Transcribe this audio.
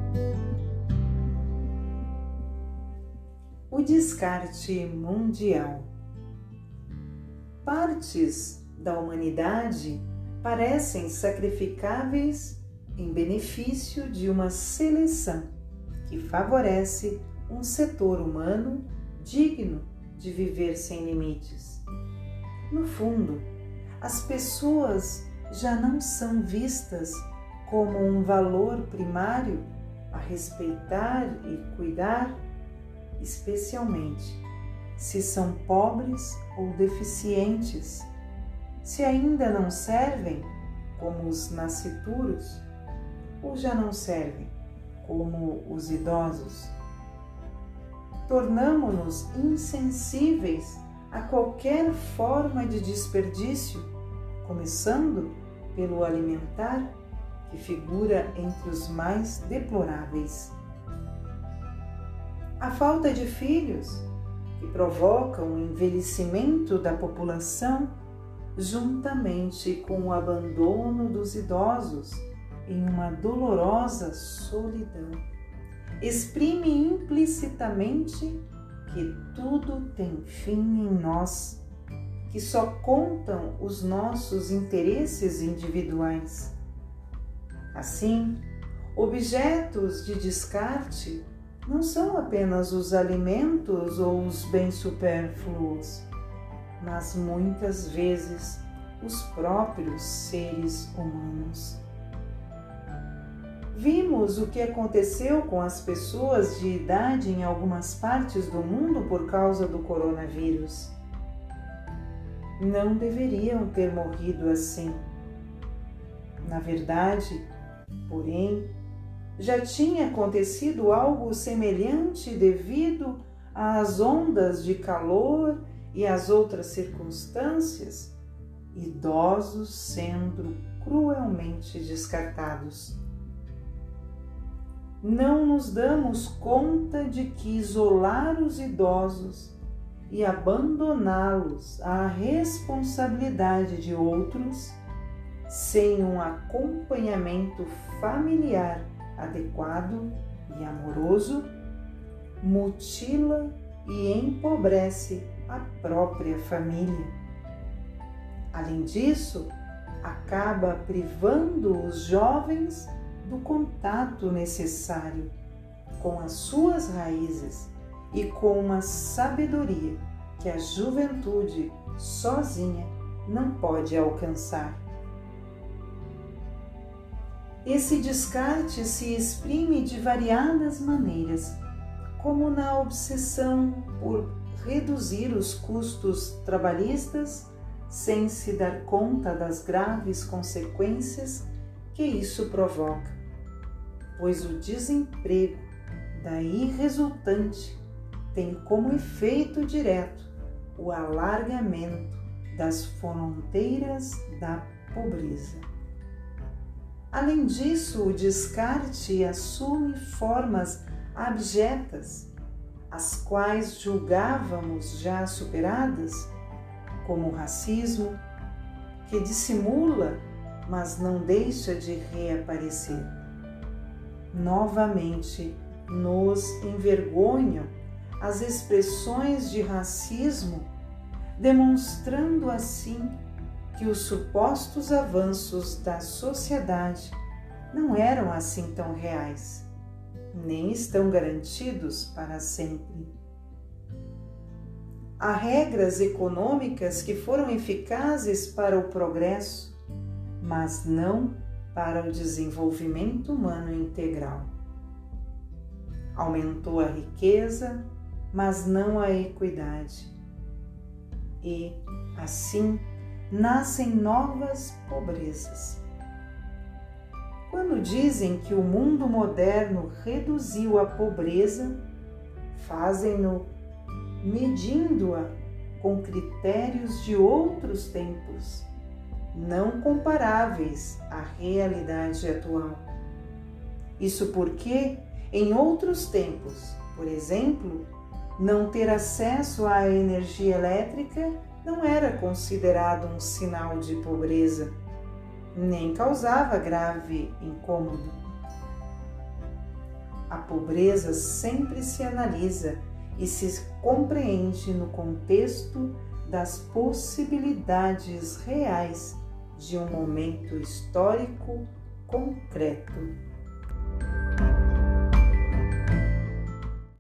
O descarte mundial. Partes da humanidade parecem sacrificáveis em benefício de uma seleção que favorece um setor humano digno de viver sem limites. No fundo, as pessoas já não são vistas como um valor primário a respeitar e cuidar, especialmente se são pobres ou deficientes, se ainda não servem como os nascituros ou já não servem como os idosos. Tornamo-nos insensíveis a qualquer forma de desperdício, começando pelo alimentar, que figura entre os mais deploráveis. A falta de filhos, que provoca o envelhecimento da população, juntamente com o abandono dos idosos em uma dolorosa solidão, exprime implicitamente que tudo tem fim em nós, que só contam os nossos interesses individuais. Assim, objetos de descarte não são apenas os alimentos ou os bens supérfluos, mas muitas vezes os próprios seres humanos. Vimos o que aconteceu com as pessoas de idade em algumas partes do mundo por causa do coronavírus. Não deveriam ter morrido assim. Na verdade, porém, já tinha acontecido algo semelhante devido às ondas de calor e às outras circunstâncias, idosos sendo cruelmente descartados. Não nos damos conta de que isolar os idosos e abandoná-los à responsabilidade de outros, sem um acompanhamento familiar adequado e amoroso, mutila e empobrece a própria família. Além disso, acaba privando os jovens do contato necessário com as suas raízes e com uma sabedoria que a juventude sozinha não pode alcançar. Esse descarte se exprime de variadas maneiras, como na obsessão por reduzir os custos trabalhistas sem se dar conta das graves consequências que isso provoca, pois o desemprego daí resultante tem como efeito direto o alargamento das fronteiras da pobreza. Além disso, o descarte assume formas abjetas, as quais julgávamos já superadas, como o racismo, que dissimula, mas não deixa de reaparecer. Novamente, nos envergonham as expressões de racismo, demonstrando assim que os supostos avanços da sociedade não eram assim tão reais, nem estão garantidos para sempre. Há regras econômicas que foram eficazes para o progresso, mas não para o desenvolvimento humano integral. Aumentou a riqueza, mas não a equidade. E, assim, nascem novas pobrezas. Quando dizem que o mundo moderno reduziu a pobreza, fazem-no medindo-a com critérios de outros tempos, não comparáveis à realidade atual. Isso porque, em outros tempos, por exemplo, não ter acesso à energia elétrica não era considerado um sinal de pobreza, nem causava grave incômodo. A pobreza sempre se analisa e se compreende no contexto das possibilidades reais de um momento histórico concreto.